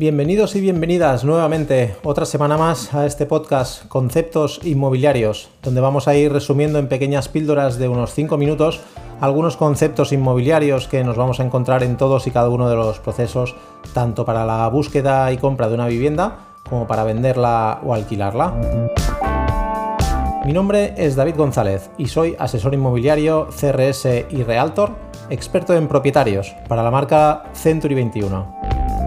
Bienvenidos y bienvenidas nuevamente otra semana más a este podcast Conceptos Inmobiliarios, donde vamos a ir resumiendo en pequeñas píldoras de unos 5 minutos algunos conceptos inmobiliarios que nos vamos a encontrar en todos y cada uno de los procesos, tanto para la búsqueda y compra de una vivienda como para venderla o alquilarla. Mi nombre es David González y soy asesor inmobiliario, CRS y Realtor, experto en propietarios para la marca Century 21.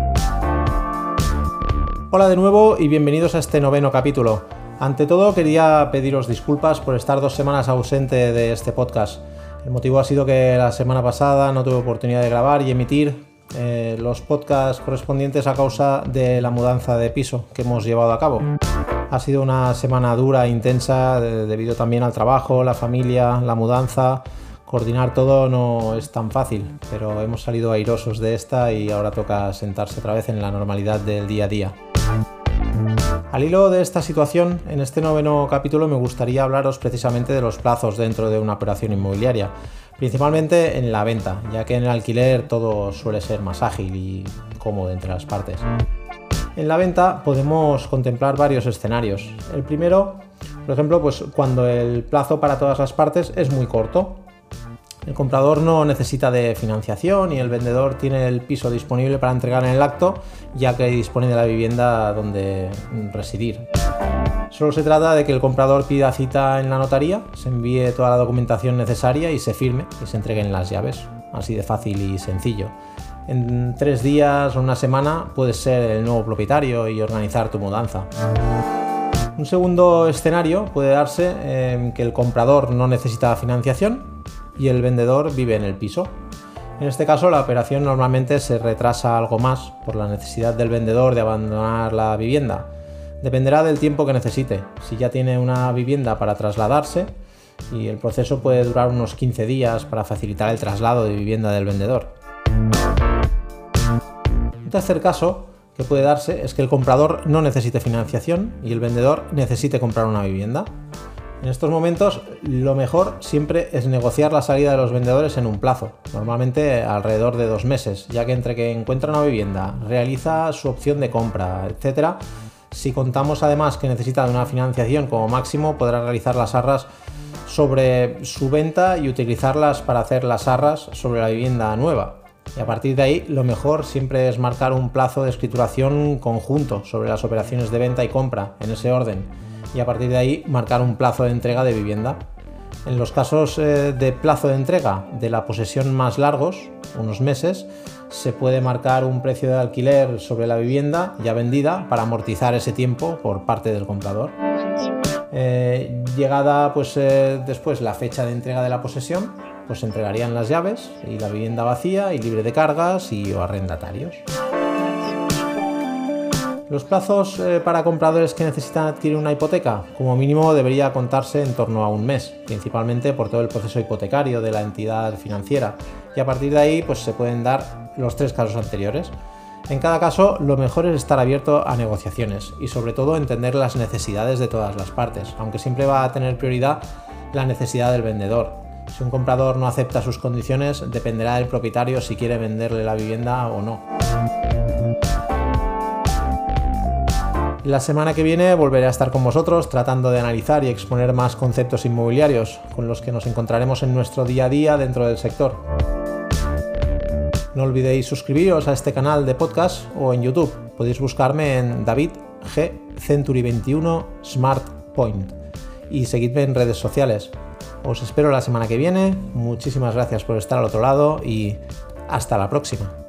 Hola de nuevo y bienvenidos a este noveno capítulo. Ante todo quería pediros disculpas por estar 2 semanas ausente de este podcast. El motivo ha sido que la semana pasada no tuve oportunidad de grabar y emitir los podcasts correspondientes a causa de la mudanza de piso que hemos llevado a cabo. Ha sido una semana dura e intensa debido también al trabajo, la familia, la mudanza. Coordinar todo no es tan fácil, pero hemos salido airosos de esta y ahora toca sentarse otra vez en la normalidad del día a día. Al hilo de esta situación, en este noveno capítulo me gustaría hablaros precisamente de los plazos dentro de una operación inmobiliaria, principalmente en la venta, ya que en el alquiler todo suele ser más ágil y cómodo entre las partes. En la venta podemos contemplar varios escenarios. El primero, por ejemplo, pues cuando el plazo para todas las partes es muy corto. El comprador no necesita de financiación y el vendedor tiene el piso disponible para entregar en el acto, ya que dispone de la vivienda donde residir. Solo se trata de que el comprador pida cita en la notaría, se envíe toda la documentación necesaria y se firme y se entreguen las llaves. Así de fácil y sencillo. En 3 días o una semana puedes ser el nuevo propietario y organizar tu mudanza. Un segundo escenario puede darse en que el comprador no necesita financiación y el vendedor vive en el piso. En este caso la operación normalmente se retrasa algo más por la necesidad del vendedor de abandonar la vivienda. Dependerá del tiempo que necesite. Si ya tiene una vivienda para trasladarse, y el proceso puede durar unos 15 días para facilitar el traslado de vivienda del vendedor. Un tercer caso que puede darse es que el comprador no necesite financiación y el vendedor necesite comprar una vivienda. En estos momentos lo mejor siempre es negociar la salida de los vendedores en un plazo, normalmente alrededor de 2 meses, ya que entre que encuentra una vivienda, realiza su opción de compra, etc. Si contamos además que necesita de una financiación como máximo, podrá realizar las arras sobre su venta y utilizarlas para hacer las arras sobre la vivienda nueva. Y a partir de ahí lo mejor siempre es marcar un plazo de escrituración conjunto sobre las operaciones de venta y compra en ese orden. Y a partir de ahí marcar un plazo de entrega de vivienda. En los casos de plazo de entrega de la posesión más largos, unos meses, se puede marcar un precio de alquiler sobre la vivienda ya vendida para amortizar ese tiempo por parte del comprador. Llegada después la fecha de entrega de la posesión, pues se entregarían las llaves y la vivienda vacía y libre de cargas o arrendatarios. Los plazos para compradores que necesitan adquirir una hipoteca, como mínimo debería contarse en torno a 1 mes, principalmente por todo el proceso hipotecario de la entidad financiera, y a partir de ahí pues se pueden dar los 3 casos anteriores. En cada caso, lo mejor es estar abierto a negociaciones y sobre todo entender las necesidades de todas las partes, aunque siempre va a tener prioridad la necesidad del vendedor. Si un comprador no acepta sus condiciones, dependerá del propietario si quiere venderle la vivienda o no. La semana que viene volveré a estar con vosotros tratando de analizar y exponer más conceptos inmobiliarios con los que nos encontraremos en nuestro día a día dentro del sector. No olvidéis suscribiros a este canal de podcast o en YouTube. Podéis buscarme en David G Century 21 Smart Point y seguidme en redes sociales. Os espero la semana que viene. Muchísimas gracias por estar al otro lado y hasta la próxima.